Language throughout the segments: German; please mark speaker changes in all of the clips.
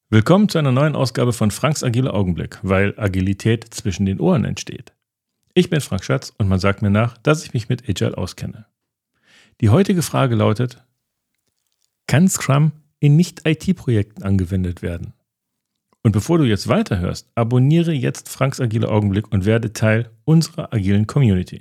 Speaker 1: Willkommen zu einer neuen Ausgabe von Franks Agiler Augenblick, weil Agilität zwischen den Ohren entsteht. Ich bin Frank Schatz und man sagt mir nach, dass ich mich mit Agile auskenne. Die heutige Frage lautet: Kann Scrum in Nicht-IT-Projekten angewendet werden? Und bevor du jetzt weiterhörst, abonniere jetzt Franks Agiler Augenblick und werde Teil unserer agilen Community.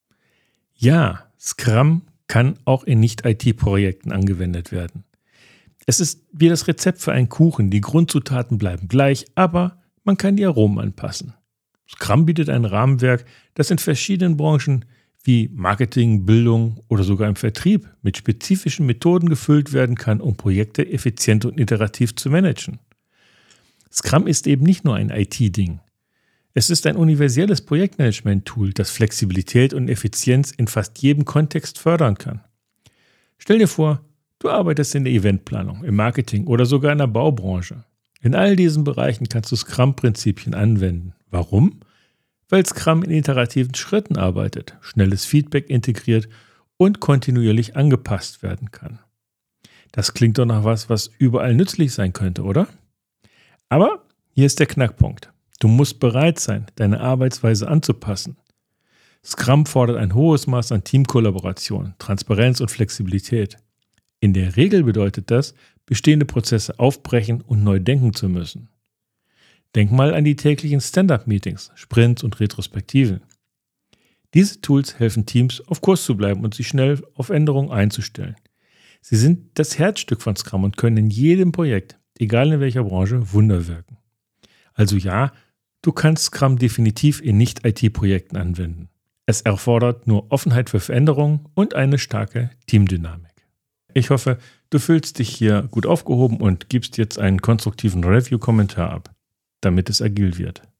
Speaker 1: Ja, Scrum kann auch in Nicht-IT-Projekten angewendet werden. Es ist wie das Rezept für einen Kuchen. Die Grundzutaten bleiben gleich, aber man kann die Aromen anpassen. Scrum bietet ein Rahmenwerk, das in verschiedenen Branchen wie Marketing, Bildung oder sogar im Vertrieb mit spezifischen Methoden gefüllt werden kann, um Projekte effizient und iterativ zu managen. Scrum ist eben nicht nur ein IT-Ding. Es ist ein universelles Projektmanagement-Tool, das Flexibilität und Effizienz in fast jedem Kontext fördern kann. Stell dir vor, du arbeitest in der Eventplanung, im Marketing oder sogar in der Baubranche. In all diesen Bereichen kannst du Scrum-Prinzipien anwenden. Warum? Weil Scrum in iterativen Schritten arbeitet, schnelles Feedback integriert und kontinuierlich angepasst werden kann. Das klingt doch nach was überall nützlich sein könnte, oder? Aber hier ist der Knackpunkt. Du musst bereit sein, deine Arbeitsweise anzupassen. Scrum fordert ein hohes Maß an Teamkollaboration, Transparenz und Flexibilität. In der Regel bedeutet das, bestehende Prozesse aufbrechen und neu denken zu müssen. Denk mal an die täglichen Stand-up-Meetings, Sprints und Retrospektiven. Diese Tools helfen Teams, auf Kurs zu bleiben und sich schnell auf Änderungen einzustellen. Sie sind das Herzstück von Scrum und können in jedem Projekt, egal in welcher Branche, Wunder wirken. Also ja, du kannst Scrum definitiv in Nicht-IT-Projekten anwenden. Es erfordert nur Offenheit für Veränderungen und eine starke Teamdynamik. Ich hoffe, du fühlst dich hier gut aufgehoben und gibst jetzt einen konstruktiven Review-Kommentar ab, damit es agil wird.